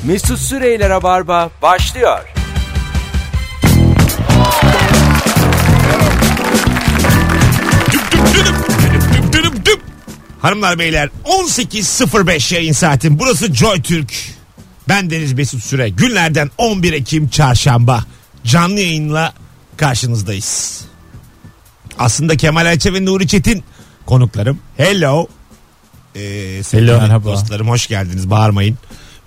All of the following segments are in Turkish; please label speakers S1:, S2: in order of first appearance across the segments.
S1: Mesut Süreyler'e Barba başlıyor.
S2: Hanımlar beyler 18.05 yayın saatin. Burası Joy Türk. Ben Deniz Mesut Süre. Günlerden 11 Ekim Çarşamba. Canlı yayınla karşınızdayız. Aslında Kemal Ayça ve Nuri Çetin konuklarım. Hello. Hello merhaba. Dostlarım hoş geldiniz. Bağırmayın.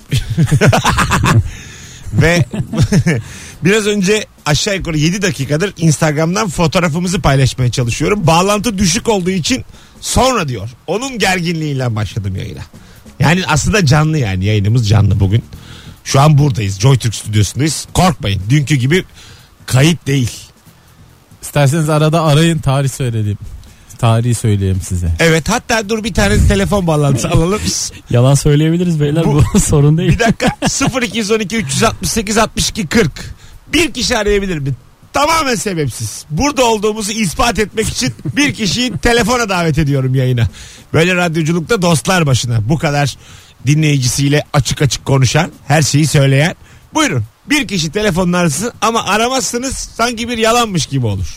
S2: Ve biraz önce aşağı yukarı 7 dakikadır Instagram'dan fotoğrafımızı paylaşmaya çalışıyorum. Bağlantı düşük olduğu için sonra diyor. Onun gerginliğiyle başladım yayına. Yani aslında canlı, yani yayınımız canlı bugün. Şu an buradayız. Joy Türk stüdyosundayız. Korkmayın. Dünkü gibi kayıt değil.
S3: İsterseniz arada arayın, tarihi söyleyeyim size.
S2: Evet, hatta dur bir tane telefon bağlantısı alalım.
S4: Yalan söyleyebiliriz beyler, bu sorun değil.
S2: Bir dakika, 0212 368 62 40. Bir kişi arayabilir mi? Tamamen sebepsiz. Burada olduğumuzu ispat etmek için bir kişiyi telefona davet ediyorum yayına. Böyle radyoculukta dostlar başına. Bu kadar dinleyicisiyle açık açık konuşan, her şeyi söyleyen. Buyurun. Bir kişi telefonla arasın ama aramazsınız, sanki bir yalanmış gibi olur.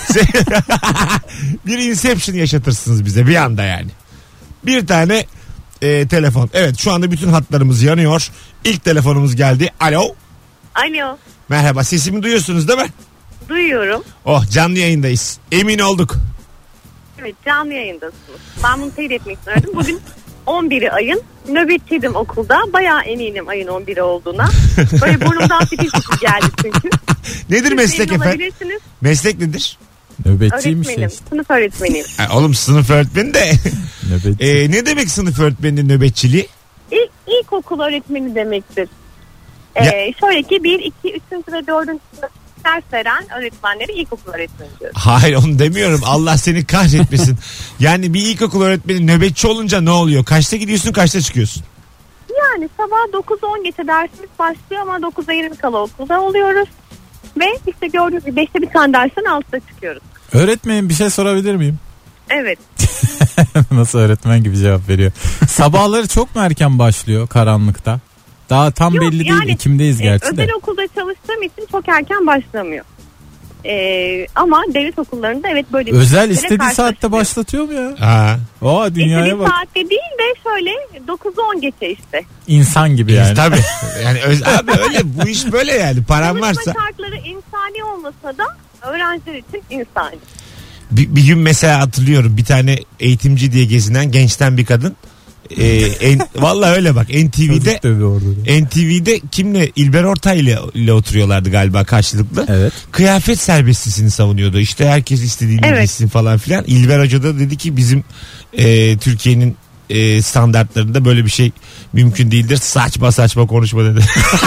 S2: Bir inception yaşatırsınız bize bir anda yani. Bir tane telefon. Evet, şu anda bütün hatlarımız yanıyor. İlk telefonumuz geldi. Alo.
S5: Alo.
S2: Merhaba, sesimi duyuyorsunuz değil mi?
S5: Duyuyorum.
S2: Oh, canlı yayındayız. Emin olduk.
S5: Evet, canlı yayındasınız. Ben bunu teyit etmek istedim. Bugün 11'i ayın. Nöbetçiydim okulda. Bayağı eminim ayın 11'i olduğuna. Böyle burnumdan fitil geldi çünkü.
S2: Nedir meslek efendim? Meslek nedir?
S3: Nöbetçiymiş
S5: öğretmenim.
S3: işte.
S5: Sınıf öğretmeniyim.
S2: Oğlum sınıf öğretmeni de. Ne demek sınıf öğretmeninin nöbetçiliği?
S5: İlkokul öğretmeni demektir. Şöyle ki 1, 2, 3. ve 4. sınıf ders veren öğretmenleri ilkokul öğretmeni diyoruz.
S2: Hayır, onu demiyorum. Allah seni kahretmesin. Yani bir ilkokul öğretmeni nöbetçi olunca ne oluyor? Kaçta gidiyorsun, kaçta çıkıyorsun?
S5: Yani sabah 9-10 geçe dersimiz başlıyor ama 9'a 20 kala okulda oluyoruz. Ve işte gördüğünüz gibi 5'te bir tane dersten 6'da çıkıyoruz.
S3: Öğretmenim, bir şey sorabilir miyim?
S5: Evet.
S3: Nasıl öğretmen gibi cevap veriyor. Sabahları çok mu erken başlıyor karanlıkta? Daha tam
S5: Yok,
S3: belli
S5: yani,
S3: değil. Ekim'deyiz gerçi de.
S5: Özel okulda çalıştığım için çok erken başlamıyor. Ama devlet okullarında evet böyle.
S3: Özel istediği saatte başlatıyor mu ya?
S2: Ha.
S3: Dünyaya bak.
S5: saatte değil de şöyle 9-10 geçe işte.
S3: İnsan gibi yani.
S2: Tabii. Yani abi öyle, bu iş böyle yani. Paran varsa.
S5: Çalışma şartları insani olmasa da öğrenciler için insani.
S2: Bir gün mesela hatırlıyorum, bir tane eğitimci diye gezinen gençten bir kadın. Vallahi öyle bak, NTV'de kimle, İlber Ortay ile oturuyorlardı galiba karşılıklı.
S3: Evet.
S2: Kıyafet serbestisini savunuyordu. İşte herkes istediğini giysin falan filan. İlber Hoca da dedi ki bizim Türkiye'nin standartlarında böyle bir şey mümkün değildir. Saçma saçma konuşma dedi.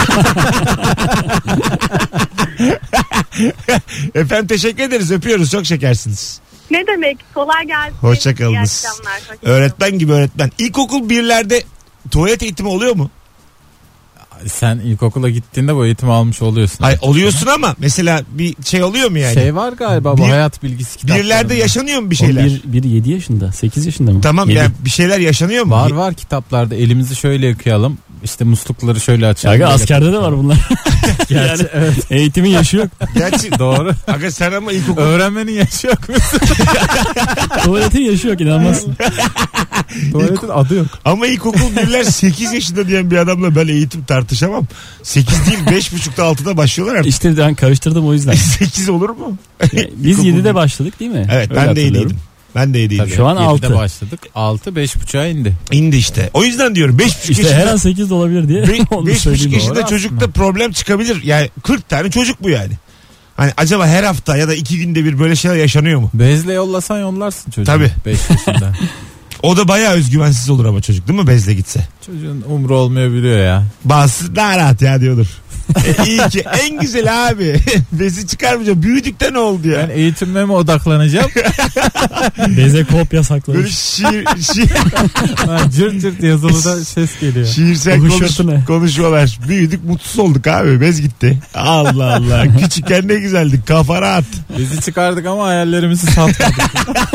S2: Efendim teşekkür ederiz, öpüyoruz, çok şekersiniz.
S5: Ne demek, kolay gelsin.
S2: Hoşçakalınız. Öğretmen gibi öğretmen. İlkokul 1'lerde tuvalet eğitimi oluyor mu?
S3: Sen ilkokula gittiğinde bu eğitimi almış oluyorsun.
S2: Hayır, oluyorsun ama mesela bir şey oluyor mu yani?
S3: Şey var galiba, bu hayat bilgisi kitaplarında.
S2: Birlerde yaşanıyor mu bir şeyler?
S4: Biri 7 yaşında, 8 yaşında mı?
S2: Tamam
S4: 7.
S2: yani bir şeyler yaşanıyor mu?
S3: Var kitaplarda, elimizi şöyle yıkayalım. İşte muslukları şöyle açalım.
S4: Aga askerde de var bunlar.
S3: Yani evet.
S4: Eğitimin yaşı yok.
S2: Gerçi
S3: doğru.
S2: Aga sen ama ilkokul.
S3: Öğrenmenin yaşı yok.
S4: Tuvaletin yaşı yok, inanmazsın.
S3: Tuvaletin adı yok.
S2: Ama ilkokul 1'ler 8 yaşında diyen bir adamla ben eğitim tartışamam. 8 değil 5.5'da 6'da başlıyorlar artık.
S4: İşte ben karıştırdım o yüzden.
S2: 8 olur mu?
S4: Biz 7'de başladık değil mi?
S2: Evet, ben de 7'ydim. Ben de 7'ydim.
S3: Tabii,
S4: şu an 6.
S3: başladık. 6 5.5'a indi.
S2: İndi işte. O yüzden diyorum 5.5
S4: işte
S2: yaşında.
S4: her an 8'de olabilir diye.
S2: 5.5 yaşında çocukta problem çıkabilir. Yani 40 tane çocuk bu yani. Hani acaba her hafta ya da 2 günde bir böyle şeyler yaşanıyor mu?
S3: Bezle yollasan yollarsın çocuğu.
S2: Tabii.
S3: 5 yaşında.
S2: O da bayağı özgüvensiz olur ama çocuk, değil mi, bezle gitse?
S3: Çocuğun umru olmayabiliyor ya.
S2: Bazısı daha rahat ya diyordur. İyi ki en güzel abi. Bezi çıkarmayacağım. Büyüdükten ne oldu ya?
S3: Ben eğitimime mi odaklanacağım?
S4: Beze kop yasaklamış.
S2: Böyle şiir
S3: cırt cırt yazılıda ses geliyor.
S2: Şiirsel konuşuyorlar. Büyüdük, mutsuz olduk abi. Bez gitti. Allah Allah. Küçükken ne güzeldik. Kafa rahat.
S3: Bezi çıkardık ama hayallerimizi satmadık.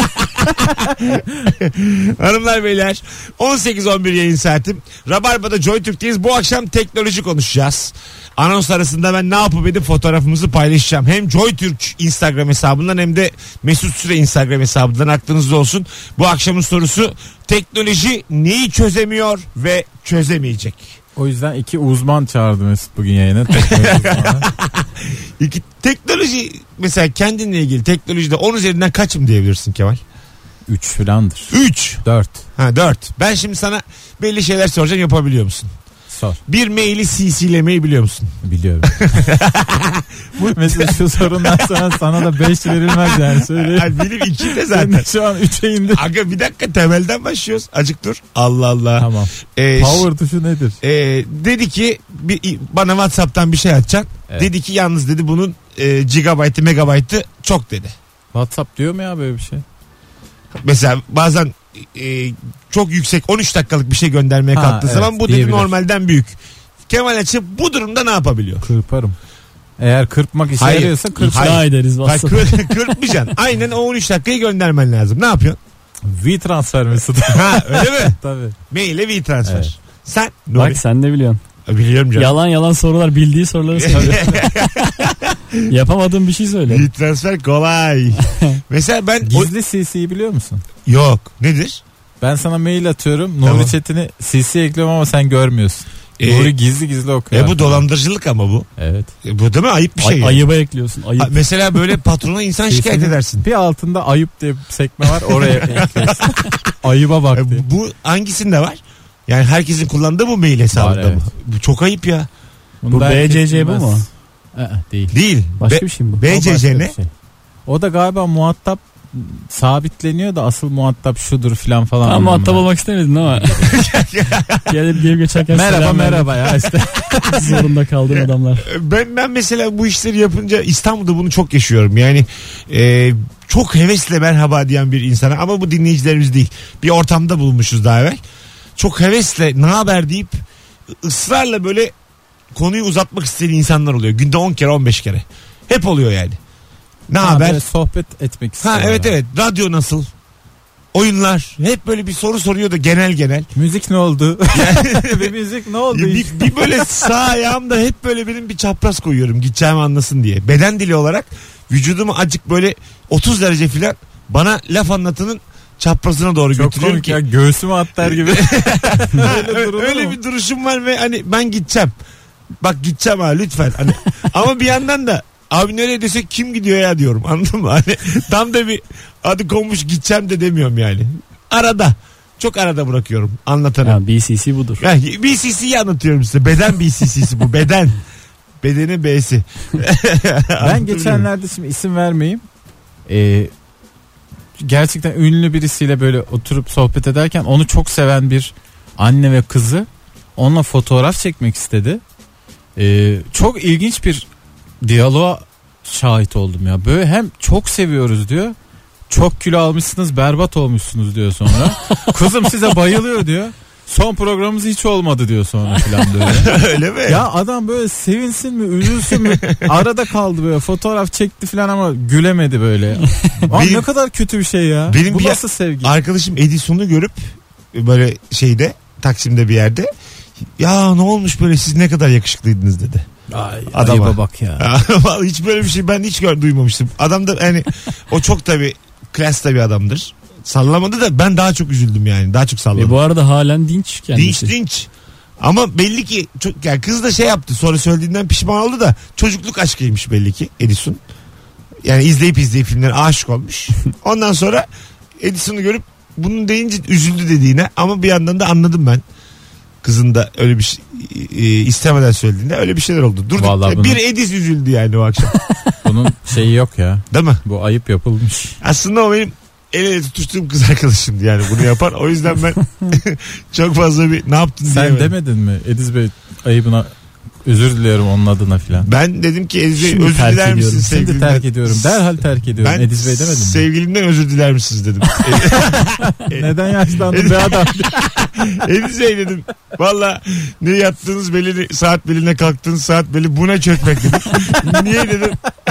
S2: Hanımlar beyler 18-11 yayın saatim. Rabarba'da JoyTürk'teyiz. Bu akşam teknoloji konuşacağız. Anons arasında ben ne yapıp edip fotoğrafımızı paylaşacağım. Hem JoyTürk Instagram hesabından hem de Mesut Süre Instagram hesabından, aklınızda olsun. Bu akşamın sorusu: teknoloji neyi çözemiyor ve çözemeyecek?
S3: O yüzden 2 uzman çağırdı Mesut bugün yayına.
S2: Teknoloji mesela kendinle ilgili teknolojide 10 üzerinden kaçım diyebilirsin Kemal?
S3: 3 filandır.
S2: 3.
S3: 4.
S2: Ha 4. Ben şimdi sana belli şeyler soracağım, yapabiliyor musun?
S3: Sor.
S2: Bir maili CC'lemeyi biliyor musun?
S3: Biliyorum. Mesela şu sorundan sonra sana da 5 verilmez yani, söyleyeyim.
S2: Benim 2 de zaten.
S3: Şu an 3'e indi.
S2: Aga bir dakika, temelden başlıyoruz. Acık dur. Allah Allah.
S3: Tamam. Power tuşu nedir?
S2: Dedi ki bana WhatsApp'tan bir şey atacaksın.
S3: Evet.
S2: Dedi ki yalnız dedi bunun gigabaytı megabaytı çok dedi.
S3: WhatsApp diyor mu ya böyle bir şey?
S2: Mesela bazen çok yüksek 13 dakikalık bir şey göndermeye kalktığı
S3: evet,
S2: zaman bu dedi
S3: diyebilir.
S2: normalden büyük. Kemal Açı bu durumda ne yapabiliyor?
S3: Kırparım. Eğer kırpmak işe
S2: Hayır.
S3: yarıyorsa
S4: İkna ederiz
S2: Hayır,
S4: WhatsApp.
S2: kırpmayacaksın. Aynen o 13 dakikayı göndermen lazım. Ne yapıyorsun?
S3: V-transfer Mesut.
S2: Ha öyle mi?
S3: Tabii.
S2: Maille V-transfer.
S3: Evet.
S2: Sen Nuri?
S4: Bak sen de biliyorsun.
S2: Biliyorum canım.
S4: Yalan sorular, bildiği soruları soruyor. Yapamadığım bir şey söyle.
S2: V-transfer kolay. Mesela ben...
S3: Gizli CC'yi biliyor musun?
S2: Yok. Nedir?
S3: Ben sana mail atıyorum.
S2: Tamam.
S3: Nuri Çetin'i CC ekliyorum ama sen görmüyorsun. Nuri gizli okuyor.
S2: Bu dolandırıcılık ama bu.
S3: Evet.
S2: Bu değil mi? Ayıp bir şey. Yani.
S4: Ayıba ekliyorsun. Ayıp.
S2: Mesela böyle patrona insan şikayet edersin.
S3: Bir altında ayıp diye bir sekme var, oraya ekliyorsun. Ayıba bak diye.
S2: Bu hangisinde var? Yani herkesin kullandığı bu mail hesabında
S3: Var, evet.
S2: mı? Bu çok ayıp ya.
S4: Bu BCC bu mu?
S3: Değil.
S2: Değil.
S4: Başka bir şey mi bu?
S2: BCC ne?
S3: Şey. O da galiba muhatap sabitleniyor da asıl muhatap şudur filan falan.
S4: Ama muhatap olmak istemedin ama. Gelip geçerken
S3: merhaba ya işte.
S4: Zorunda kaldığın adamlar.
S2: Ben mesela bu işleri yapınca İstanbul'da bunu çok yaşıyorum. Yani çok hevesle merhaba diyen bir insana, ama bu dinleyicilerimiz değil. Bir ortamda bulunmuşuz daha evvel. Çok hevesle ne haber deyip ısrarla böyle konuyu uzatmak isteyen insanlar oluyor. Günde 10 kere 15 kere. Hep oluyor yani. Ne haber?
S3: Sohbet etmek istiyor.
S2: Evet. Radyo nasıl? Oyunlar. Hep böyle bir soru soruyor da genel.
S3: Müzik ne oldu? Bir müzik ne oldu?
S2: Bir böyle sağ ayağımda hep böyle benim bir çapraz koyuyorum gideceğimi anlasın diye. Beden dili olarak vücudumu acık böyle 30 derece filan bana laf anlatanın çaprazına doğru
S3: çok
S2: götürüyorum
S3: komik
S2: ki.
S3: ya, göğsümü atlar gibi.
S2: öyle bir duruşum var ve hani ben gideceğim. Bak gideceğim ha lütfen. Hani, ama bir yandan da abi nereye desek kim gidiyor ya diyorum, anladın mı? Hani tam da bir adı konmuş gideceğim de demiyorum yani. Arada. Çok arada bırakıyorum anlatanı.
S4: Ha, BCC budur.
S2: Yani BCC'yi anlatıyorum size. Beden BCC'si bu. Beden. Bedenin B'si.
S3: Ben geçenlerde, şimdi isim vermeyeyim. Gerçekten ünlü birisiyle böyle oturup sohbet ederken onu çok seven bir anne ve kızı onunla fotoğraf çekmek istedi. Çok ilginç bir diyaloğa şahit oldum ya. Böyle hem çok seviyoruz diyor. Çok kilo almışsınız, berbat olmuşsunuz diyor sonra. Kızım size bayılıyor diyor. Son programımız hiç olmadı diyor sonra filan böyle.
S2: Öyle mi?
S3: Ya adam böyle sevinsin mi üzülsün mü arada kaldı, böyle fotoğraf çekti filan ama gülemedi böyle. Abi ne kadar kötü bir şey ya.
S2: Benim
S3: bu
S2: bir
S3: nasıl sevgi?
S2: Arkadaşım Edison'u görüp böyle şeyde Taksim'de bir yerde, ya ne olmuş böyle, siz ne kadar yakışıklıydınız dedi.
S3: Ay,
S2: adama
S3: ayıba bak ya.
S2: Hiç böyle bir şey ben hiç duymamıştım. Adam da yani o çok tabii klasta bir adamdır. Sallamadı da ben daha çok üzüldüm yani. Daha çok salladım.
S4: Bu arada halen dinç kendisi.
S2: Dinç. Ama belli ki çok, yani kız da şey yaptı. Sonra söylediğinden pişman oldu da çocukluk aşkıymış belli ki Edison. Yani izleyip filmlere aşık olmuş. Ondan sonra Edison'u görüp bunun deyince üzüldü dediğine, ama bir yandan da anladım ben. Kızın da öyle bir şey istemeden söylediğinde öyle bir şeyler oldu. Durduk.
S3: Vallahi
S2: Bir Edis üzüldü yani o akşam.
S3: Bunun şeyi yok ya.
S2: Değil mi?
S3: Bu ayıp yapılmış.
S2: Aslında o benim el ele tutuştuğum kız arkadaşımdı yani bunu yapan. O yüzden ben çok fazla bir ne yaptın
S3: Sen
S2: diyemedim.
S3: demedin mi Ediz Bey ayıbına özür diliyorum onun adına filan?
S2: Ben dedim ki Ediz Bey
S4: Şimdi
S2: özür
S4: terk
S2: diler
S4: ediyorum.
S2: misiniz
S3: Şimdi
S2: sevgilimden?
S3: terk ediyorum. Derhal terk ediyorum.
S2: Ben
S3: Ediz Bey demedin mi?
S2: sevgilimden özür diler misiniz dedim.
S3: Neden yaşlandın be adam?
S2: Ediz Bey dedim. Valla ne yattığınız belli, saat belli, ne kalktığınız saat belli, buna çökmek dedim. Niye dedim.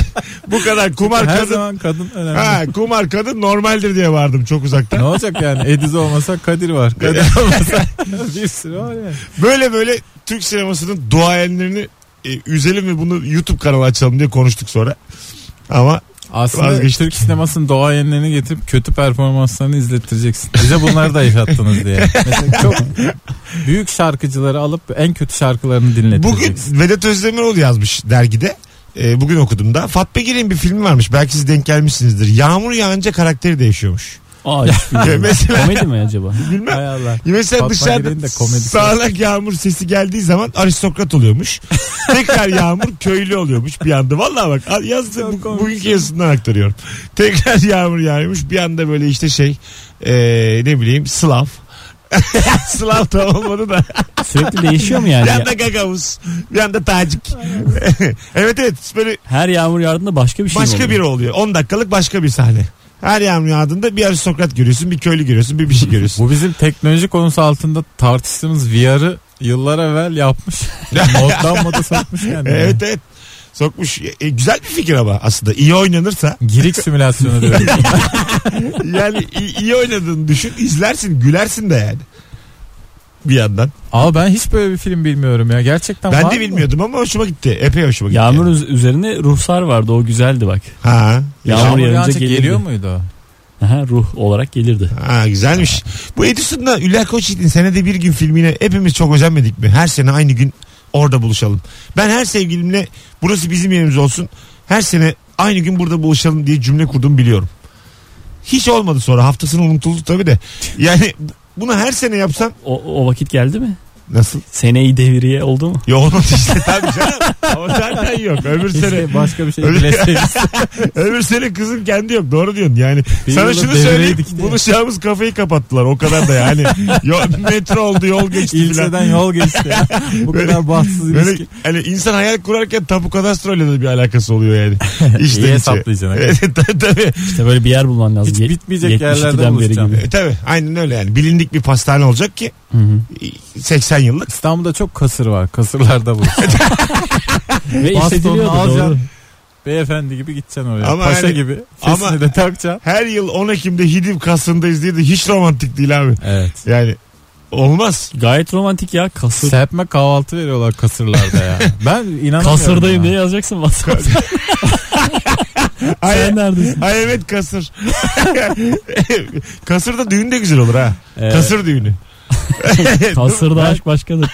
S2: Bu kadar kumar
S3: Her
S2: kadın.
S3: zaman kadın önemli.
S2: Ha, kumar kadın normaldir diye vardım çok uzaktan.
S3: Ne olacak yani? Ediz olmasa Kadir var. Kadir olmasa bir sürü var yani.
S2: Böyle Türk sinemasının duayenlerini üzelim ve bunu YouTube kanalı açalım diye konuştuk sonra. Ama
S3: Aslında
S2: vazgeçtik.
S3: Türk sinemasının doğayenlerini getirip kötü performanslarını izlettireceksin. Bize bunları da yaşattınız diye. Mesela çok büyük şarkıcıları alıp en kötü şarkılarını
S2: Bugün
S3: dinleteceksin.
S2: Vedat Özdemiroğlu yazmış dergide. Bugün okudum da. Fatma Giri'nin bir filmi varmış. Belki siz denk gelmişsinizdir. Yağmur yağınca karakteri değişiyormuş. Mesela
S4: Komedi mi acaba?
S2: bilmem.
S3: Hay Allah.
S2: Mesela
S3: Fatma
S2: dışarıda
S3: Giri'nin de komedisi
S2: sağanak yağmur sesi geldiği zaman aristokrat oluyormuş. Tekrar yağmur köylü oluyormuş bir anda. Vallahi bak yazdı
S3: Çok komik.
S2: bugünkü yazısından aktarıyorum. Tekrar yağmur yağıyormuş bir anda böyle işte ne bileyim Slav. Slav da olmadı da.
S4: Sürekli değişiyor mu yani?
S2: Bir anda Gagavuz. Bir anda Tacik. evet böyle
S4: Her yağmur yağdığında başka bir şey mi
S2: başka
S4: oluyor?
S2: biri oluyor. 10 dakikalık başka bir sahne. Her yağmur yağdığında bir aristokrat görüyorsun, bir köylü görüyorsun, bir şey görüyorsun.
S3: Bu bizim teknoloji konusu altında tartıştığımız VR'ı yıllar evvel yapmış. Moddan moda sokmuş yani.
S2: Evet. Sokmuş. Güzel bir fikir ama aslında. İyi oynanırsa.
S3: Girik simülasyonu diyorum.
S2: Yani iyi oynadığını düşün. İzlersin, gülersin de yani. Bir yandan.
S3: Ama ben hiç böyle bir film bilmiyorum ya. Gerçekten var
S2: Ben de
S3: mı?
S2: bilmiyordum ama hoşuma gitti. Epey hoşuma gitti.
S4: Yağmur üzerine ruhsar vardı, o güzeldi bak.
S2: Ha.
S4: Yağmur
S3: Yağmur
S4: yağınca
S3: yağınca
S4: gelirdi.
S3: geliyor muydu o?
S4: Aha, ruh olarak gelirdi.
S2: Ha, güzelmiş. Bu Edison'la Hülya Koçyiğit'in senede bir gün filmine hepimiz çok özenmedik mi? Her sene aynı gün orada buluşalım. Ben her sevgilimle burası bizim yerimiz olsun. Her sene aynı gün burada buluşalım diye cümle kurduğumu biliyorum. Hiç olmadı sonra. Haftasını unutuldu tabii de. Yani bunu her sene yapsam
S4: O vakit geldi mi?
S2: nasıl?
S4: Seneyi devriye oldu mu?
S2: Ya olmadı işte tabii canım. Ama zaten yok. Öbür sene
S3: İşte başka bir şey
S2: Öyle-
S3: bileseniz.
S2: öbür sene kızın kendi yok. Doğru diyorsun. Yani
S3: Bir
S2: sana
S3: yılda
S2: şunu
S3: devreye
S2: söyleyeyim.
S3: dikti.
S2: Buluşacağımız kafeyi kapattılar. O kadar da yani. Metro oldu, yol geçti filan.
S3: İlçeden yol geçti. Bu
S2: Böyle-
S3: kadar bahtsız
S2: Böyle
S3: ilişki.
S2: hani insan hayal kurarken tapu kadastroyla da bir alakası oluyor yani. İşte
S3: İyi hesaplayacaksın.
S2: Evet, tabii.
S4: İşte böyle bir yer bulman lazım.
S3: Hiç bitmeyecek yerlerde
S4: 72'den beri
S3: buluşacağım.
S4: gibi.
S2: Tabii aynen öyle yani. Bilindik bir pastane olacak ki
S4: Hı hı.
S2: 80 yıllık.
S3: İstanbul'da çok kasır var. Kasırlarda bu.
S4: Ve
S3: Bastonunu
S4: hissediliyordu, doğru.
S3: alacaksın. Beyefendi gibi gideceksin oraya.
S2: Ama
S3: Paşa
S2: yani-
S3: gibi.
S2: ama-
S3: Sesini de takacaksın.
S2: Her yıl 10 Ekim'de Hidiv kasındayız diye de hiç romantik değil abi.
S3: Evet.
S2: Yani olmaz.
S4: Gayet romantik ya. Kasır.
S3: Serpme kahvaltı veriyorlar kasırlarda ya. Ben inanamıyorum.
S4: Kasırdayım
S3: ya.
S4: diye yazacaksın WhatsApp'ta.
S2: Ay,
S4: Sen neredesin?
S2: ay evet kasır. Kasırda düğün de güzel olur ha.
S4: Evet.
S2: Kasır düğünü.
S4: Kasırda aşk başkadır.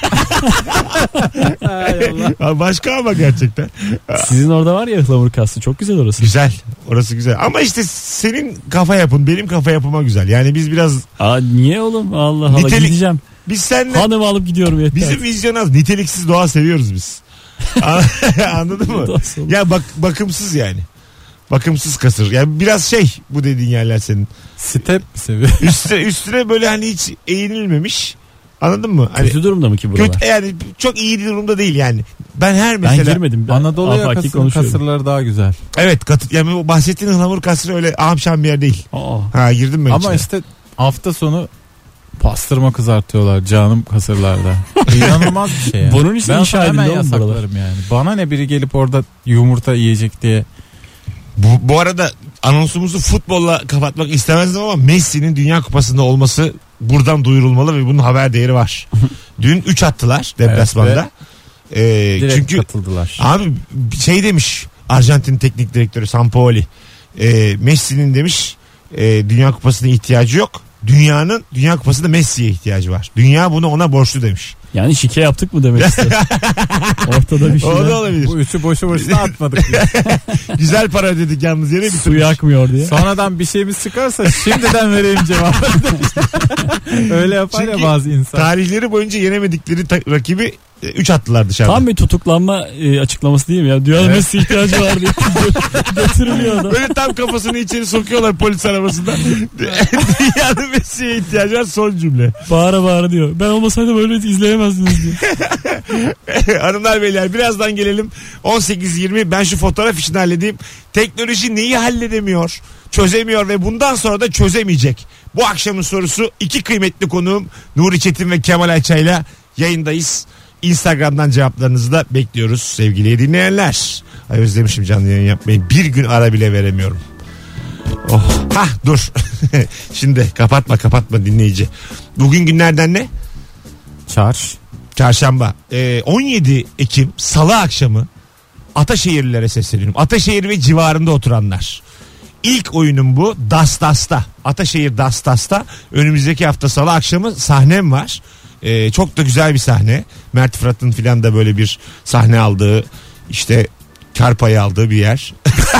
S2: Ha, başka ama gerçekten.
S4: Sizin orada var ya ıhlamur kastı. Çok güzel orası.
S2: Güzel. Orası güzel. Ama işte senin kafa yapın benim kafa yapıma güzel. Yani biz biraz
S4: Aa, niye oğlum? Allah Allah,
S2: Nitelik-
S4: gideceğim.
S2: biz seninle
S4: Hanımı alıp gidiyorum yeter.
S2: bizim vizyon az. Niteliksiz doğa seviyoruz biz. Anladın mı?
S4: Nasıl olur?
S2: Ya bakımsız yani. Bakımsız kasır. Yani biraz bu dediğin yerler senin.
S3: Step mi seviyor?
S2: Üstüne böyle hani hiç eğinilmemiş. Anladın mı? Hani
S4: Kötü durumda mı ki buralar?
S2: kötü yani çok iyi bir durumda değil yani. Ben her
S4: Ben
S2: mesela
S4: girmedim. Ben
S3: Anadolu
S4: afaki
S3: yakasının
S4: konuşuyorum.
S3: kasırları daha güzel.
S2: evet yani o bahsettiğin ıhlamur kasırı öyle ahşam bir yer değil.
S4: Aa,
S2: Ha girdim ben
S3: Ama
S2: içine.
S3: işte hafta sonu pastırma kızartıyorlar canım kasırlarda. İnanılmaz bir şey yani.
S4: Bunun için
S3: ben
S4: inşa
S3: sana hemen
S4: edildi oğlum buralar.
S3: yasaklarım yani. Bana ne biri gelip orada yumurta yiyecek diye.
S2: Bu arada anonsumuzu futbolla kapatmak istemezdim ama Messi'nin Dünya Kupası'nda olması buradan duyurulmalı ve bunun haber değeri var. Dün 3 attılar deplasmanda.
S3: Direkt
S2: Çünkü
S3: katıldılar.
S2: abi demiş Arjantin teknik direktörü Sampaoli. Messi'nin demiş Dünya Kupası'na ihtiyacı yok. Dünyanın Dünya Kupası'nda Messi'ye ihtiyacı var. Dünya bunu ona borçlu demiş.
S4: yani şike yaptık mı demek istiyor. Ortada bir şey.
S2: O da olabilir.
S3: Bu üçü boşu boşuna atmadık biz.
S2: Güzel para ödedik yalnız yere
S4: Su
S2: bitirmiş.
S4: yakmıyor diye.
S3: Sonradan bir şeyimiz çıkarsa şimdiden vereyim cevabı. Öyle yapar
S2: Çünkü
S3: ya bazı insan.
S2: Tarihleri boyunca yenemedikleri rakibi 3 attılar dışarıda.
S4: Tam bir tutuklanma açıklaması değil mi ya? Dünyanın
S2: Evet.
S4: Messi ihtiyacı var diye götürülüyor adam.
S2: Böyle tam kafasını içeri sokuyorlar polis arabasından. Dünyanın Messi'ye ihtiyacı var son cümle.
S4: Bağıra bağıra diyor. Ben olmasaydım öyle izleyemezdiniz diyor.
S2: Hanımlar beyler birazdan gelelim. 18:20 ben şu fotoğraf işini halledeyim. Teknoloji neyi halledemiyor? Çözemiyor ve bundan sonra da çözemeyecek. Bu akşamın sorusu iki kıymetli konuğum Nuri Çetin ve Kemal Ayça'yla yayındayız. Instagram'dan cevaplarınızı da bekliyoruz sevgili dinleyenler. Ay özlemişim canlı yayın yapmayı. Bir gün ara bile veremiyorum. Oh. Hah dur. Şimdi kapatma dinleyici. Bugün günlerden ne? Çarşamba. 17 Ekim Salı akşamı Ataşehirlilere sesleniyorum. Ataşehir ve civarında oturanlar. İlk oyunum bu. Dastas'ta. Ataşehir Dastas'ta. Önümüzdeki hafta Salı akşamı sahnem var. Çok da güzel bir sahne. Mert Fırat'ın filan da böyle bir sahne aldığı, işte kar payı aldığı bir yer.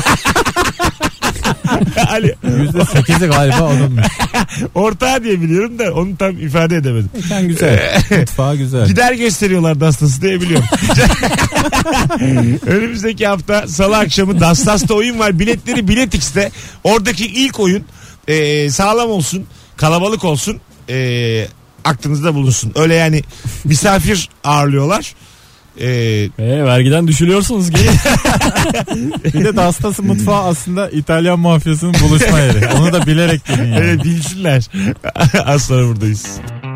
S2: Ali,
S3: %8'i galiba onun.
S2: ortağı diye biliyorum da onu tam ifade edemedim.
S3: Sen güzel. Mutfağı güzel.
S2: Gider gösteriyorlar Dastas'ı diye biliyorum. Önümüzdeki hafta Salı akşamı Dastas'ta oyun var. Biletleri Bilet X'te. Oradaki ilk oyun sağlam olsun, kalabalık olsun, aklınızda bulunsun. Öyle yani misafir ağırlıyorlar.
S4: Vergiden düşülüyorsunuz gibi.
S3: Bir de Dastas'ın mutfağı aslında İtalyan mafyasının buluşma yeri. Onu da bilerek dedin yani.
S2: Evet, bilsinler. Az sonra buradayız.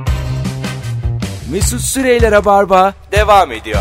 S1: Mesut Süreyler'e barba devam ediyor.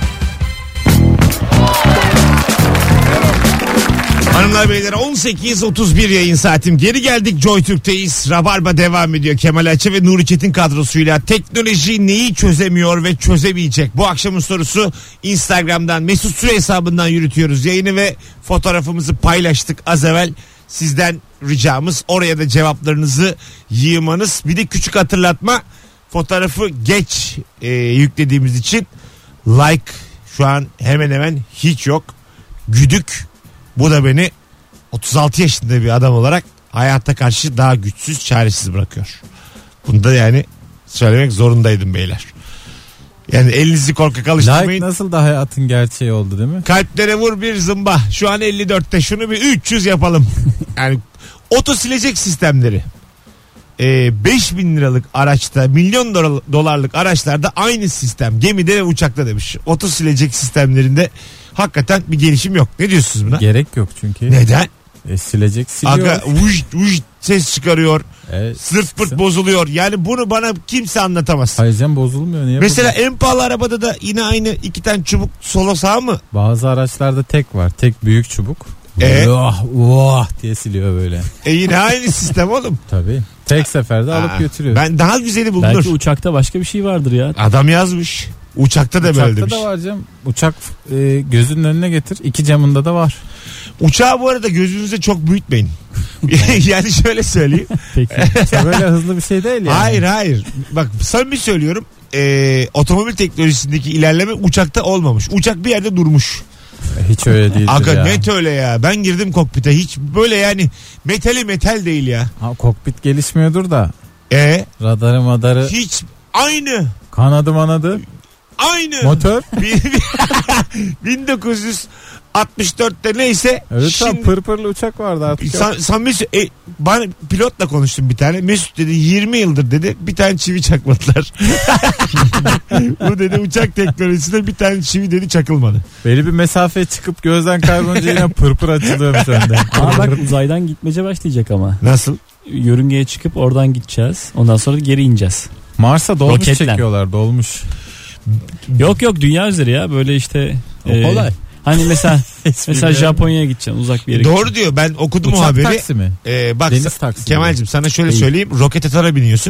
S2: Hanımlar beyler 18.31 yayın saatim. Geri geldik, Joy Türk'teyiz. Rabarba devam ediyor. Kemal Ayça ve Nuri Çetin kadrosuyla teknoloji neyi çözemiyor ve çözemeyecek? Bu akşamın sorusu Instagram'dan Mesut Süre hesabından yürütüyoruz yayını ve fotoğrafımızı paylaştık az evvel. Sizden ricamız oraya da cevaplarınızı yığmanız. Bir de küçük hatırlatma, fotoğrafı geç yüklediğimiz için like şu an hemen hemen hiç yok. Güdük. Bu da beni 36 yaşında bir adam olarak hayata karşı daha güçsüz, çaresiz bırakıyor. Bunu da yani söylemek zorundaydım beyler. Yani elinizi korkak alıştırmayın.
S3: Like nasıl da hayatın gerçeği oldu değil mi?
S2: Kalplere vur bir zımba. Şu an 54'te, şunu bir 300 yapalım. Yani oto silecek sistemleri. 5.000 liralık araçta, milyon dolarlık araçlarda aynı sistem. Gemide ve uçakta demiş. Oto silecek sistemlerinde hakikaten bir gelişim yok. Ne diyorsunuz buna?
S3: Gerek yok çünkü.
S2: Neden?
S3: Silecek siliyor.
S2: Aga vuş ses çıkarıyor. Sırt pırt
S3: çıksın.
S2: bozuluyor. Yani bunu bana kimse anlatamaz.
S3: Hayır canım, bozulmuyor. Niye
S2: Mesela
S3: bozulmuyor?
S2: en pahalı arabada da yine aynı 2 tane çubuk solo sağ mı?
S3: Bazı araçlarda tek var. Tek büyük çubuk. Diye siliyor böyle.
S2: Yine aynı sistem oğlum.
S3: Tabii. Tek seferde alıp götürüyor.
S2: Ben daha güzeli bulunur.
S4: Belki uçakta başka bir şey vardır ya.
S2: Adam yazmış. Uçakta da böyle demiş.
S3: Uçakta da var canım. Uçak gözünün önüne getir. 2 camında da var.
S2: Uçağı bu arada gözünüze çok büyütmeyin. Yani şöyle söyleyeyim.
S4: Peki.
S3: Böyle hızlı bir şey değil yani.
S2: Hayır. Bak samimi söylüyorum. Otomobil teknolojisindeki ilerleme uçakta olmamış. Uçak bir yerde durmuş.
S3: Hiç öyle değildir
S2: Aga
S3: ya.
S2: net öyle ya. Ben girdim kokpite. Hiç böyle yani metal değil ya.
S3: Ha, kokpit gelişmiyordur da.
S2: Radarı
S3: Madarı.
S2: hiç aynı.
S3: Kanadı manadı.
S2: Aynı.
S3: Motor.
S2: 1964'te neyse.
S3: Evet
S2: şimdi
S3: pırpırlı uçak vardı artık.
S2: bana pilotla konuştum bir tane. Mesut dedi 20 yıldır dedi bir tane çivi çakmadılar. Bu dedi uçak teknolojisinde bir tane çivi dedi çakılmadı.
S3: Belli bir mesafeye çıkıp gözden kaybolunca yine pırpır açılıyormuş önde.
S4: Bak uzaydan gitmece başlayacak ama.
S2: Nasıl?
S4: Yörüngeye çıkıp oradan gideceğiz. Ondan sonra geri ineceğiz.
S3: Mars'a dolmuş
S4: Roketle.
S3: çekiyorlar, dolmuş.
S4: Yok dünya üzeri ya böyle işte.
S3: Kolay.
S4: Hani mesela Japonya'ya gideceksin, uzak bir yere.
S2: Doğru diyor, ben okudum o
S3: Uçak
S2: haberi.
S3: taksi mi?
S2: Bak
S3: Deniz taksi
S2: Kemal'cim sana şöyle
S4: Değil.
S2: söyleyeyim, roket atara biniyorsun.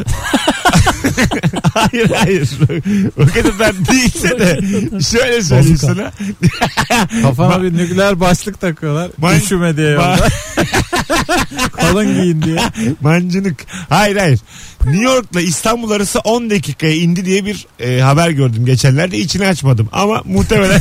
S2: hayır roket atar değilse de şöyle söyleyeyim sana.
S3: Kafana bir nükleer başlık takıyorlar. Üşüme diye yolda. Kalın giyin diye.
S2: Mancınık. Hayır. New York'la İstanbul arası 10 dakikaya indi diye bir haber gördüm geçenlerde. İçini açmadım ama muhtemelen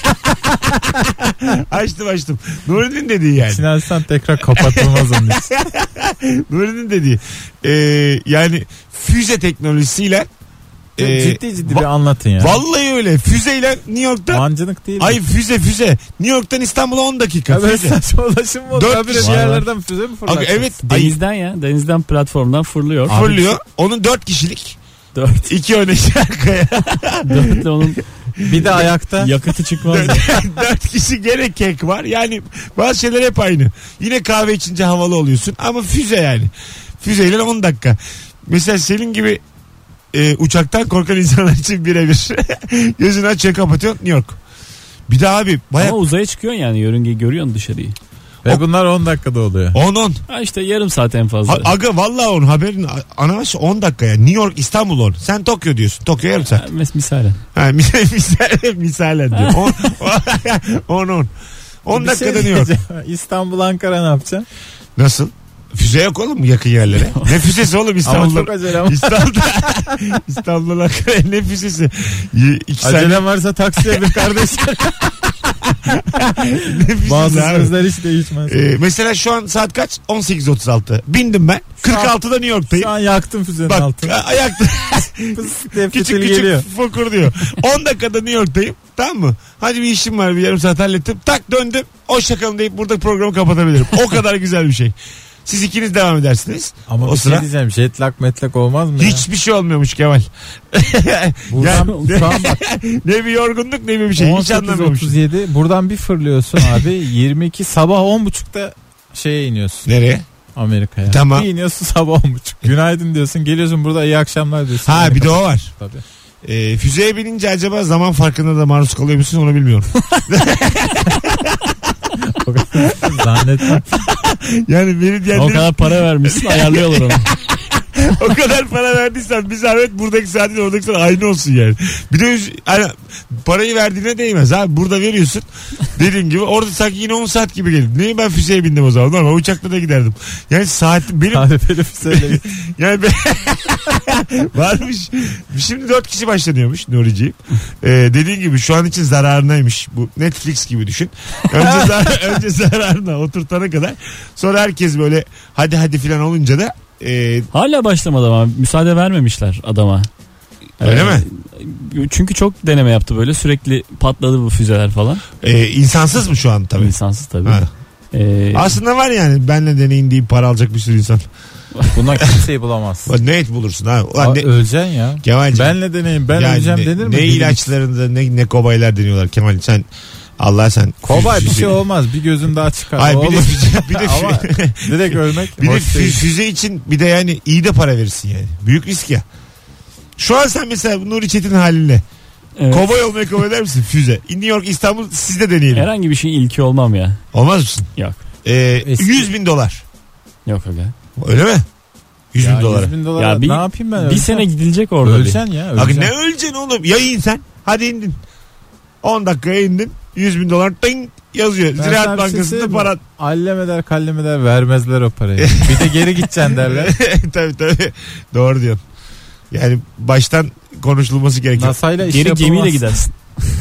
S2: açtım. Nuri'nin dediği yani.
S3: İçini açsan tekrar kapatılmaz onun için.
S2: Nuri'nin dediği. Yani füze teknolojisiyle
S3: Ciddi bir anlatın ya.
S2: vallahi öyle. Füzeyle New York'ta.
S3: Mancınık değil mi?
S2: Ay füze. New York'tan İstanbul'a 10 dakika.
S3: Böyle
S2: Füze.
S3: saçma ulaşım mı?
S2: 4
S3: Tabii
S2: kişi-
S3: bir yerlerden füze mi
S2: Aga,
S3: fırlatacak?
S2: evet. Ay,
S4: Denizden platformdan fırlıyor.
S2: fırlıyor. Onun 4 kişilik.
S4: 4
S2: 2 öne arkaya.
S4: dörtle onun
S3: Bir de ayakta.
S4: yakıtı çıkmaz.
S2: 4 kişi gene kek var. Yani bazı şeyler hep aynı. Yine kahve içince havalı oluyorsun. Ama füze yani. Füzeyle 10 dakika. Mesela senin gibi uçaktan korkan insanlar için birebir. Gözünü açıyor kapatıyor, New York. Bir de abi
S4: Ama uzaya çıkıyorsun yani, yörüngeyi görüyorsun dışarıyı.
S3: Ve bunlar 10 dakikada oluyor.
S2: 10.
S4: Ha işte yarım saat en fazla.
S2: Aga vallahi onun haberin anaş 10 dakika ya. New York, İstanbul 10. Sen Tokyo diyorsun. Tokyo yarım saat.
S4: Misalen.
S2: Ha, misalen diyor. 10. 10 dakikada New York.
S3: İstanbul, Ankara ne yapacaksın?
S2: Nasıl? Füze yok oğlum yakın yerlere. Ne füzesi oğlum İstanbul'da?
S3: Ama çok acele ama.
S2: İstanbul'da ne füzesi? 2
S3: Acelem
S2: saniye.
S3: varsa taksiye bin kardeşim.
S2: Ne füzesi
S3: Bazı
S2: abi?
S3: sözler hiç değişmez.
S2: Mesela şu an saat kaç? 18.36. Bindim ben. 46'da New York'tayım.
S3: Şu an yaktım füzenin
S2: Bak
S3: altını.
S2: ayakta
S3: Pıs diye
S2: küçük
S3: fitil geliyor.
S2: fokur diyor. 10 dakikada New York'tayım. Tamam mı? Hadi bir işim var, bir yarım saat hallettim. Tak döndüm. Hoşçakalın deyip burada programı kapatabilirim. O kadar güzel bir şey. Siz ikiniz devam edersiniz.
S3: Ama
S2: o
S3: bir
S2: sıra
S3: şey diyeceğim. Jetlag metlak olmaz mı ya?
S2: hiçbir şey olmuyormuş Kemal.
S3: Buradan şu an bak
S2: Ne bir yorgunluk ne bir şey. Hiç anlamıyormuş.
S3: 18.37 buradan bir fırlıyorsun abi. 22 sabah 10.30'da şeye iniyorsun.
S2: Nereye?
S3: Amerika'ya.
S2: Tamam.
S3: Bir iniyorsun sabah 10.30. Günaydın diyorsun. Geliyorsun burada iyi akşamlar diyorsun.
S2: Ha bir de o var.
S3: Tabii.
S2: Füzeye binince acaba zaman farkında da maruz kalıyor musun onu bilmiyorum.
S3: Zannetmem.
S2: Yani beni
S4: O
S2: diyenlerin
S4: kadar para vermişsin, ayarlıyorlar onu.
S2: o kadar para verdiysen bir zahmet buradaki saatin oradaki saat aynı olsun yani. Bir de hani parayı verdiğine değmez abi. Burada veriyorsun. Dediğim gibi orada sanki yine 10 saat gibi gelir. Niye ben füzeye bindim o zaman? Normal uçakla da giderdim. Yani saat benim
S3: Tarifeli füzeyle.
S2: yani varmış. Şimdi 4 kişi başlanıyormuş Nuri'ciğim. Dediğin gibi şu an için zararınaymış. Bu Netflix gibi düşün. Önce zararına oturtana kadar. Sonra herkes böyle hadi filan olunca da
S4: Hala başlamadı ama müsaade vermemişler adama.
S2: öyle mi?
S4: Çünkü çok deneme yaptı böyle, sürekli patladı bu füzeler falan.
S2: İnsansız mı şu an tabii?
S4: İnsansız tabii.
S2: Ha.
S4: Aslında
S2: Var yani benle deneyin deyip para alacak bir sürü insan.
S3: Bundan kimseyi bulamazsın.
S2: Ne et bulursun ha? Ulan
S3: Öleceksin ya.
S2: Kemal'cim.
S3: Benle deneyin, ben
S2: Yani
S3: öleceğim denir mi?
S2: Ne ilaçlarında ne kobaylar deniyorlar Kemal sen Allah sen.
S3: Kobay bir şey olmaz. Bir gözün daha çıkar.
S2: Ay,
S3: Olur.
S2: bir de
S3: Ama direkt ölmek
S2: bir de
S3: hoş değil.
S2: füze için bir de yani iyi de para verirsin yani. Büyük risk ya. Şu an sen mesela Nuri Çetin halinle
S4: evet.
S2: kovboy olmayı kabul eder misin? Füze. New York, İstanbul siz de deneyelim.
S4: Herhangi bir şeyin ilki olmam ya.
S2: Olmaz mısın?
S4: Yok.
S2: 100.000 dolar.
S4: Yok aga.
S2: Öyle mi? 100.000
S3: Ya,
S2: dolara.
S3: 100.000 dolara
S4: Ya
S3: ne yapayım ben?
S4: Bir sene gidilecek orada.
S3: Öleceksin ya.
S2: Abi
S3: Öleceksin.
S2: ne öleceksin oğlum? Ya in sen. Hadi indin. 10 dakikaya indin. 100.000 dolar ting yazıyor.
S3: Ben sana
S2: Ziraat
S3: bir şey
S2: Bankası'nda
S3: söyleyeyim mi?
S2: para.
S3: Allem eder kallem eder vermezler o parayı. Bir de geri gideceksin derler.
S2: tabii. Doğru diyorsun. Yani baştan konuşulması gerekiyor.
S3: NASA'yla iş
S4: Geri
S3: yapılmaz.
S4: gemiyle gidersin.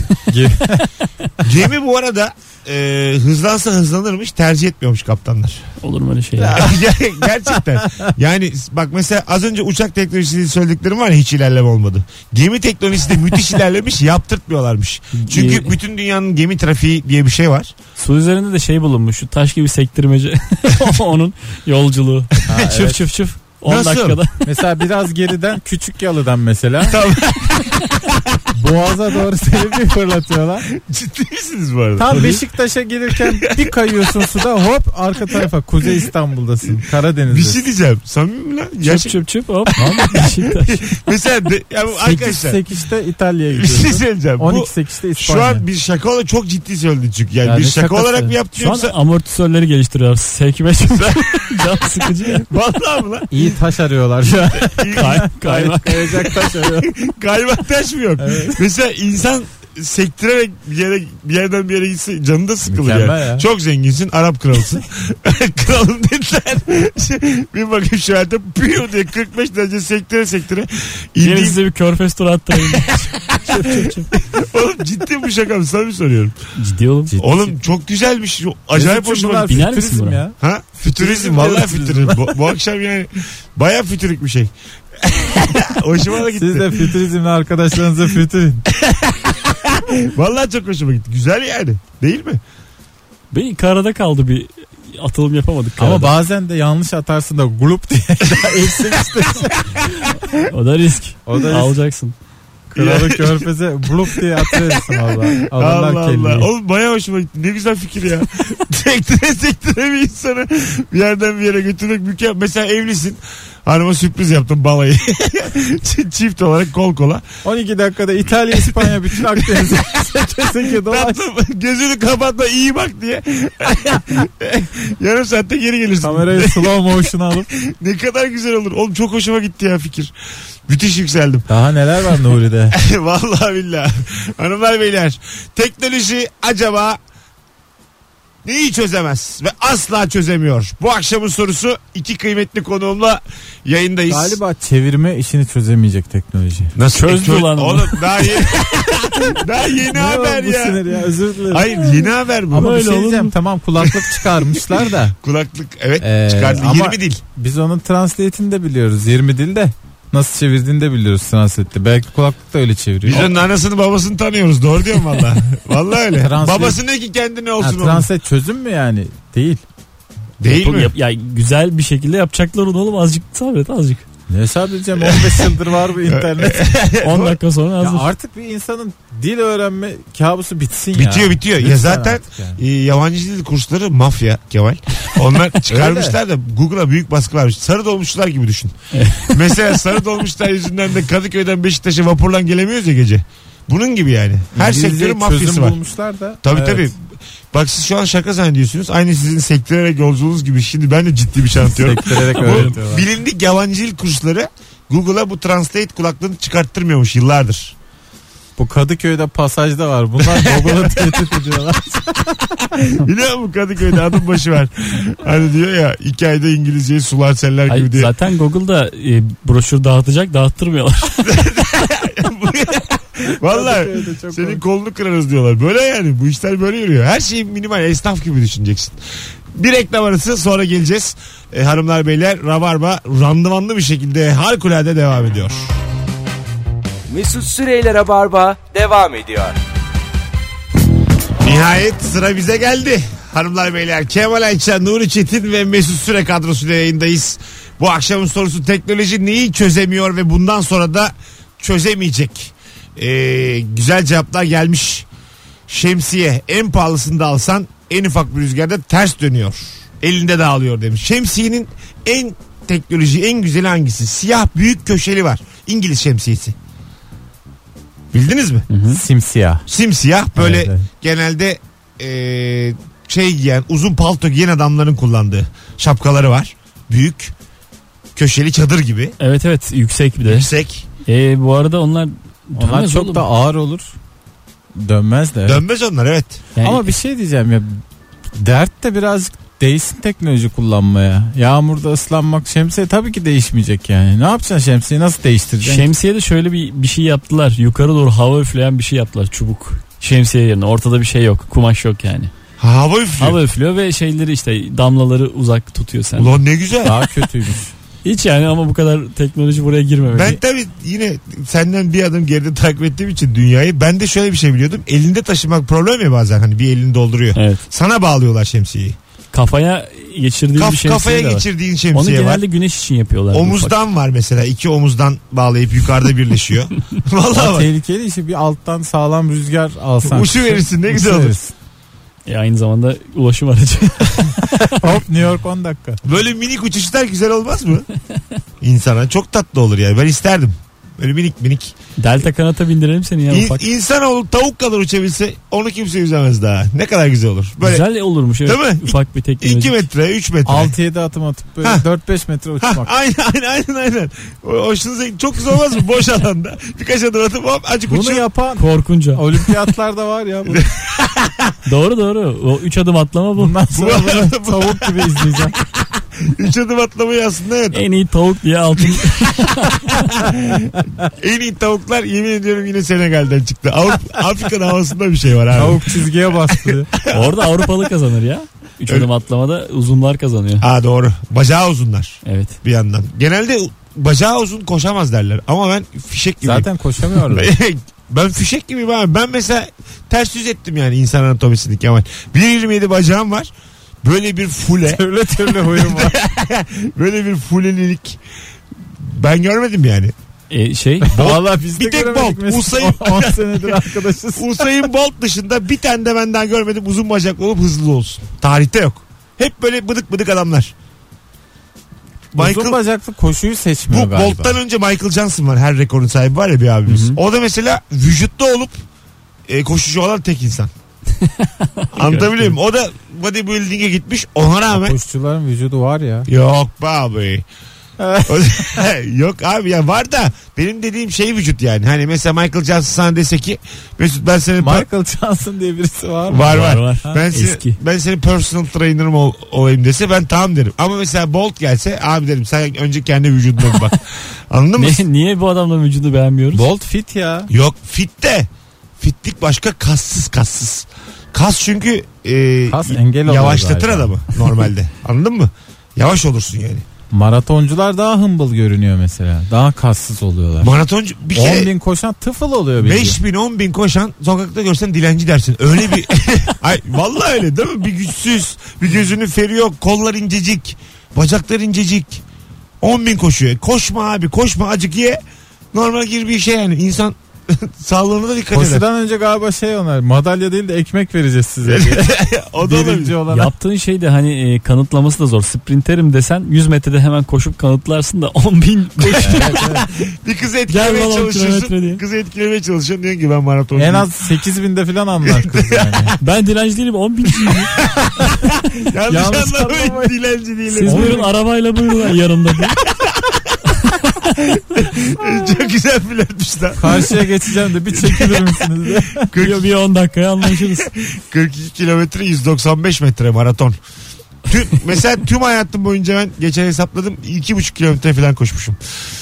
S2: Gemi bu arada hızlansa hızlanırmış, tercih etmiyormuş kaptanlar.
S4: Olur mu öyle şey ya?
S2: Gerçekten. Yani bak mesela az önce uçak teknolojisi söylediklerim var ya, hiç ilerleme olmadı. Gemi teknolojisi de müthiş ilerlemiş, yaptırtmıyorlarmış. Çünkü bütün dünyanın gemi trafiği diye bir şey var.
S4: Su üzerinde de şey bulunmuş. Şu taş gibi sektirmece. Onun yolculuğu.
S3: Ha,
S4: çıf
S3: evet.
S4: çıf çıf. 10
S2: Nasıl?
S4: dakikada.
S3: Mesela biraz geriden küçük yalıdan mesela.
S2: Tamam.
S3: Boğaza doğru seni bir fırlatıyorlar.
S2: Ciddi misiniz bu arada?
S3: Tam Beşiktaş'a gelirken bir kayıyorsun suda, hop arka tarafa Kuzey İstanbul'dasın.
S2: Bir
S3: Karadeniz'desin.
S2: şey diyeceğim. Samimi mi lan?
S4: Çıp çıp çıp hop. Beşiktaş.
S2: Mesela ya bu arkadaşlar
S3: 8'te İtalya'ya
S2: bir şey
S3: gidiyorsun.
S2: söyleyeceğim. Bu
S3: 12-8'te İspanya.
S2: şu an bir şaka olarak çok ciddi söyledin çünkü. Yani
S3: Ya
S2: bir
S3: ne
S2: şaka
S3: şakası?
S2: olarak mı yaptın
S4: Şu an
S2: yoksa?
S4: amortisörleri geliştiriyorlar. Sekme çık. Can sıkıcı ya.
S2: Vallahi mı lan?
S3: İyi taş arıyorlar şu an.
S4: Kaymak.
S3: Kayacak taş arıyor.
S2: Kaymak taş mı yok?
S3: Evet.
S2: Mesela insan sektirerek bir yerden bir yere gitse canı da sıkılır
S3: Mükemmel
S2: yani.
S3: ya.
S2: Çok zenginsin, Arap kralısın. Kralım dediler. Bir bakayım şu halde piyo diye 45 derece sektire.
S4: Gelin
S2: İndiğin...
S4: size bir körfez turu attırayım.
S2: Oğlum ciddi bu şaka mı? Sana mı soruyorum?
S4: Ciddi oğlum.
S2: Oğlum çok güzelmiş. Acayip hoşuma gitti.
S4: Biner misin buna?
S3: ya.
S2: Ha? Fütürizm. Vallahi fütürizm. Bu akşam yani baya fütürik bir şey. Hoşuma da gitti.
S3: Siz de fütürizmle arkadaşlarınıza fütürin.
S2: Vallahi çok hoşuma gitti. Güzel yani. Değil mi?
S4: Benim karada kaldı, bir atılım yapamadık karada.
S3: Ama bazen de yanlış atarsın da gulup diye eksik işte.
S4: O da risk.
S3: O da risk.
S4: Alacaksın.
S3: Kralı körfeze bulup diye atıverirsin valla.
S2: Allah
S3: Alırlar kelleyi.
S2: Allah. Oğlum baya hoşuma gitti. Ne güzel fikir ya. sektire bir insanı bir yerden bir yere götürmek mükemmel. Mesela evlisin. Hanıma sürpriz yaptım balayı. Çift olarak kol kola.
S3: 12 dakikada İtalya, İspanya bütün Akdeniz'e seke dolaş.
S2: Tatlım gözünü kapatma iyi bak diye. Yarım saatte geri gelirsin.
S3: Kamerayı slow motion alıp.
S2: Ne kadar güzel olur. Oğlum çok hoşuma gitti ya fikir. Müthiş yükseldim.
S3: Daha neler var Nuri'de?
S2: Vallahi billahi. Hanımlar beyler, teknoloji acaba neyi çözemez ve asla çözemiyor? Bu akşamın sorusu, iki kıymetli konuğumla yayındayız.
S3: Galiba çevirme işini çözemeyecek teknoloji.
S2: Nasıl?
S4: Çözdü lan onu.
S2: Oğlum daha yeni, daha yeni haber
S3: bu
S2: ya.
S3: sinir ya, özür dilerim.
S2: Hayır yeni haber bu.
S3: Ama bir
S4: öyle
S3: şey
S4: olur
S3: diyeceğim,
S4: mu?
S3: tamam kulaklık çıkarmışlar da.
S2: Kulaklık evet çıkardı.
S3: Ama
S2: 20 dil.
S3: biz onun translate'ini de biliyoruz. 20 dilde. Nasıl çevirdiğini de biliyoruz translate'te. Belki kulaklık da öyle çeviriyor.
S2: Biz onun anasını babasını tanıyoruz. Doğru diyorum valla. Valla öyle.
S3: Translate-
S2: Babası ne ki kendine olsun onun.
S3: translate çözüm mü yani? Değil.
S2: Değil mi?
S4: Ya güzel bir şekilde yapacaklar onu oğlum, azıcık sabret azıcık.
S3: Ne sabredeceğim, 15 yıldır var bu internet.
S4: 10 dakika sonra
S3: Ya
S4: hazır.
S3: artık bir insanın dil öğrenme kabusu bitsin ya.
S2: Bitiyor. Ya
S3: Lütfen
S2: zaten
S3: artık yani.
S2: yabancı dil kursları mafya Kemal. Onlar çıkarmışlar da Google'a büyük baskı varmış. Sarı dolmuşlar gibi düşün. Mesela sarı dolmuşlar yüzünden de Kadıköy'den Beşiktaş'a vapurla gelemiyoruz ya gece. Bunun gibi yani. Her
S3: İngilizce
S2: sektörün mafyası
S3: çözüm
S2: var.
S3: bulmuşlar da.
S2: Tabii
S3: Evet.
S2: tabii. Bak siz şu an şaka zannediyorsunuz. Aynı sizin sektörerek yolculuğunuz gibi. Şimdi ben de ciddi bir şey anlatıyorum.
S3: Sektirerek
S2: Bu
S3: öğretiyorlar.
S2: bilindik yabancı dil kursları Google'a bu translate kulaklığını çıkarttırmıyormuş yıllardır.
S3: Bu Kadıköy'de pasajda var. Bunlar Google'ı tehdit ediyorlar.
S2: Biliyor musun Kadıköy'de adım başı var. Hani diyor ya 2 ayda İngilizceyi sular seller gibi
S4: Hayır,
S2: diye.
S4: zaten Google'da broşür dağıtacak, dağıttırmıyorlar.
S2: Vallahi
S3: Kadıköy'de çok
S2: senin
S3: komik.
S2: kolunu kırarız diyorlar. Böyle yani bu işler böyle yürüyor. Her şeyi minimal esnaf gibi düşüneceksin. Bir reklam arası sonra geleceğiz. Hanımlar beyler Rabarba randımanlı bir şekilde harikulade devam ediyor.
S1: Mesut Süreyler'e barba devam ediyor.
S2: Nihayet sıra bize geldi. Hanımlar beyler Kemal Ayça, Nuri Çetin ve Mesut Süre kadrosuyla yayındayız. Bu akşamın sorusu, teknoloji neyi çözemiyor ve bundan sonra da çözemeyecek? Güzel cevaplar gelmiş. Şemsiye en pahalısını da alsan en ufak bir rüzgarda ters dönüyor. Elinde dağılıyor demiş. Şemsiyenin en teknoloji en güzeli hangisi? Siyah büyük köşeli var. İngiliz şemsiyesi. Bildiniz mi?
S3: Simsiyah.
S2: Simsiyah böyle
S3: Evet, evet.
S2: genelde şey giyen uzun palto giyen adamların kullandığı şapkaları var. Büyük köşeli çadır gibi
S4: Evet yüksek bir de.
S2: yüksek.
S4: Bu arada onlar
S3: Onlar
S4: dönmez
S3: çok
S4: oğlum.
S3: da ağır olur. Dönmez de.
S2: Dönmez onlar evet.
S4: Yani
S3: Ama bir şey diyeceğim ya. Dert de birazcık değişsin teknoloji kullanmaya. Yağmurda ıslanmak, şemsiye tabii ki değişmeyecek yani. Ne yapacaksın şemsiyeyi, nasıl değiştireceksin?
S4: şemsiyede şöyle bir şey yaptılar. Yukarı doğru hava üfleyen bir şey yaptılar, çubuk. Şemsiye yerine ortada bir şey yok. Kumaş yok yani.
S2: Hava üflüyor.
S4: Hava üflüyor ve şeyleri işte damlaları uzak tutuyor sen.
S2: Ulan ne güzel.
S3: Daha kötüymüş.
S4: Hiç yani, ama bu kadar teknoloji buraya girmemeli.
S2: Ben tabii yine senden bir adım geride takip ettiğim için dünyayı, ben de şöyle bir şey biliyordum. Elinde taşımak problem ya bazen, hani bir elini dolduruyor.
S4: Evet.
S2: Sana bağlıyorlar şemsiyeyi.
S4: Kafaya geçirdiğin bir şemsiye
S2: Kafaya
S4: de var.
S2: geçirdiğin
S4: Onu
S2: şemsiye var.
S4: genelde güneş için yapıyorlar.
S2: Omuzdan var mesela, 2 omuzdan bağlayıp yukarıda birleşiyor. Vallahi
S3: Ama
S2: bak.
S3: tehlikeli işte, bir alttan sağlam rüzgar alsan.
S2: Uçu verirsin, ne
S3: Uçu
S2: güzel olur.
S3: verirsin.
S4: Aynı zamanda ulaşım aracı.
S3: Hop New York 10 dakika.
S2: Böyle minik uçuşlar güzel olmaz mı? İnsana çok tatlı olur yani. Ben isterdim. Böyle minik.
S4: Delta kanata bindirelim seni ya. Ufak.
S2: İnsanoğlu tavuk kadar uçabilse onu kimse yüzemez daha. Ne kadar güzel olur. Böyle
S4: Güzel olurmuş. Evet.
S2: Değil mi?
S4: Ufak bir teknoloji.
S2: 2 metre 3 metre.
S3: 6-7 adım atıp böyle
S2: Ha.
S3: 4-5 metre uçmak.
S2: Aynen. Hoşunuza çok güzel olmaz mı? Boş alanda. Birkaç adım atıp hop acık
S3: Bunu
S2: uçuyor.
S3: yapan
S4: Korkunca.
S3: olimpiyatlarda var ya.
S4: Doğru. O 3 adım atlama bu.
S3: Bundan sonra
S2: Bu-
S3: bunu tavuk gibi izleyeceğim.
S2: 3 adım atlamayı aslında evet.
S4: En iyi tavuk diye altın.
S2: En iyi tavuklar yemin ediyorum yine Senegal'den çıktı. Afrika'nın havasında bir şey var abi.
S3: Tavuk çizgiye bastı.
S4: Orada Avrupalı kazanır ya. 3 adım atlamada uzunlar kazanıyor.
S2: Aa doğru. Bacağı uzunlar
S4: Evet.
S2: bir yandan. Genelde bacağı uzun koşamaz derler. Ama ben fişek gibiyim.
S3: Zaten koşamıyorlar.
S2: Ben fişek gibiyim abi. Ben mesela ters yüz ettim yani insan anatomisini Kemal. 1.27 bacağım var. Böyle bir fule.
S3: Türlü huyum var.
S2: Böyle bir fulelilik. Ben görmedim yani.
S3: Valla biz de
S2: Bir tek
S3: göremedik
S2: Bolt,
S3: Mesut.
S2: Usain-
S3: 10 senedir arkadaşız.
S2: Usain Bolt dışında bir tane de ben daha görmedim uzun bacaklı olup hızlı olsun. Tarihte yok. Hep böyle bıdık bıdık adamlar.
S3: Uzun bacaklı koşuyu seçmiyor
S2: bu
S3: galiba.
S2: Bolt'tan önce Michael Johnson var. Her rekorun sahibi var ya bir abimiz.
S4: Hı hı.
S2: O da mesela vücutta olup koşucu olan tek insan. Anlatabiliyor muyum? O da bodybuilding'e gitmiş. Ona rağmen.
S3: Koşucuların vücudu var ya.
S2: Yok be abi. Yok abi ya var da benim dediğim şey vücut yani. Hani mesela Michael Johnson sana dese ki Mesut ben senin
S3: Michael Johnson diye birisi var mı?
S2: var.
S4: Ha,
S2: Ben ben senin personal trainer'ım olayım dese ben tamam derim. Ama mesela Bolt gelse abi derim sen önce kendi vücuduna bir bak. Anladın mı?
S4: Niye bu adamla vücudu beğenmiyoruz?
S3: Bolt fit ya.
S2: Yok fit de. Fitlik başka kassız. Kas çünkü
S3: Kas engel oluyor
S2: yavaşlatır
S3: zaten.
S2: adamı normalde. Anladın mı? Yavaş olursun yani.
S3: Maratoncular daha humble görünüyor mesela. Daha kassız oluyorlar.
S2: Maratoncu bir
S3: 10
S2: kere
S3: bin koşan tıfıl oluyor bildiğin.
S2: 5 bin 10 bin koşan sokakta görsen dilenci dersin. Öyle bir ay vallahi öyle değil mi? Bir güçsüz, bir gözünün feri yok, kollar incecik, bacaklar incecik. 10 bin koşuyor. Koşma abi, koşma, acık ye. Normal gibi bir şey yani. İnsan sağlığına da dikkat eder.
S3: Koşudan önce galiba onlar madalya değil de ekmek vereceğiz size.
S2: O da olabilir.
S3: Birinci olarak.
S4: Yaptığın şey de hani kanıtlaması da zor. Sprinterim desen 100 metrede hemen koşup kanıtlarsın da 10 bin koş.
S2: Bir kızı
S4: Gel
S2: etkilemeye
S4: lan 10 kilometre diye.
S2: çalışıyorsun. Kızı etkilemeye çalışıyorsun. Diyorsun ki ben maratoncu.
S3: En az 8.000'de falan anlar kız yani.
S4: Ben dilenci değilim 10 binciyim.
S2: Yanlış
S3: Yanlış
S2: anlamayın,
S3: anlamayın.
S2: dilenci değilim.
S4: Siz buyurun arabayla buyurun yanımda diye.
S2: Çok güzel flörtmüş lan.
S3: Karşıya geçeceğim de bir çekilir misiniz de.
S4: Bir 10 dakikaya anlaşırız.
S2: 42 kilometre 195 metre maraton. Mesela tüm hayatım boyunca ben geçen hesapladım 2,5 kilometre falan koşmuşum.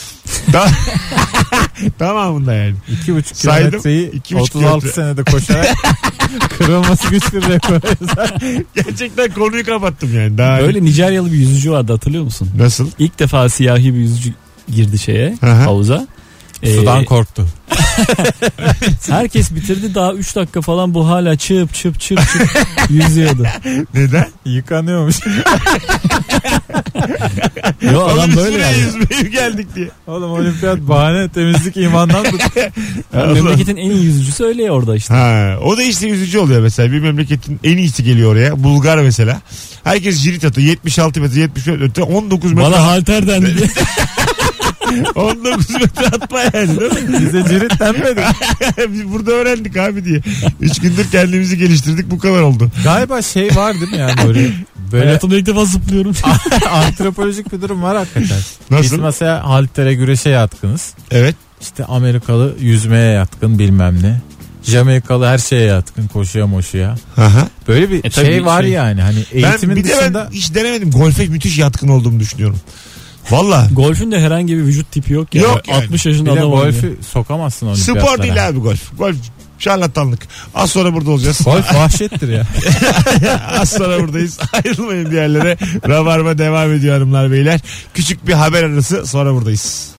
S2: Tamamında yani.
S3: 2,5
S2: Saydım,
S3: kilometreyi
S2: 2,5
S3: 36
S2: kilometre.
S3: senede koşarak kırılması güç bir rekor.
S2: Gerçekten konuyu kapattım yani. Daha
S4: Böyle Nijeryalı bir yüzücü vardı hatırlıyor musun?
S2: Nasıl?
S4: İlk defa siyahi bir yüzücü girdi şeye
S2: Aha.
S4: havuza.
S3: Sudan korktu.
S4: Herkes bitirdi daha 3 dakika falan bu hala çıp yüzüyordu.
S2: Neden?
S3: Yıkanıyormuş.
S4: Yo adam
S2: Oğlum
S4: böyle
S2: şuraya
S4: yani.
S2: yüzmeye geldik diye.
S3: Oğlum olimpiyat bahane, temizlik imandan tut.
S4: Yani memleketin en iyi yüzücüsü öyle ya orada işte.
S2: Ha, o da işte yüzücü oluyor mesela. Bir memleketin en iyisi geliyor oraya. Bulgar mesela. Herkes jirit atıyor. 76 metre 70 metre 19 metre.
S4: Bana halter dendi.
S2: 19 metre atma yani değil mi?
S3: Bize cirit denmedi.
S2: Biz burada öğrendik abi diye. 3 gündür kendimizi geliştirdik, bu kadar oldu.
S3: Galiba var değil mi yani böyle
S4: Hayatımda ilk defa zıplıyorum.
S3: antropolojik bir durum var hakikaten.
S2: Nasıl?
S3: Biz mesela haltere güreşe yatkınız.
S2: Evet.
S3: İşte Amerikalı yüzmeye yatkın bilmem ne. Jamaikalı her şeye yatkın, koşuya moşuya.
S2: Aha.
S3: Böyle bir
S4: tabii
S3: şey var yani hani eğitimin
S2: Bir de
S3: dışında.
S2: ben hiç denemedim. Golfe müthiş yatkın olduğumu düşünüyorum. Valla.
S4: Golfün de herhangi bir vücut tipi yok ya.
S2: Yok yani.
S4: 60 yaşında
S3: Bir de
S4: adam oluyor.
S3: golfü sokamazsın olimpiyatlara.
S2: Spor değil abi golf. Golf şarlatanlık. Az sonra burada olacağız.
S3: Golf vahşettir ya.
S2: Az sonra buradayız. Ayrılmayın bir yerlere. Rabarba devam ediyor hanımlar beyler. Küçük bir haber arası, sonra buradayız.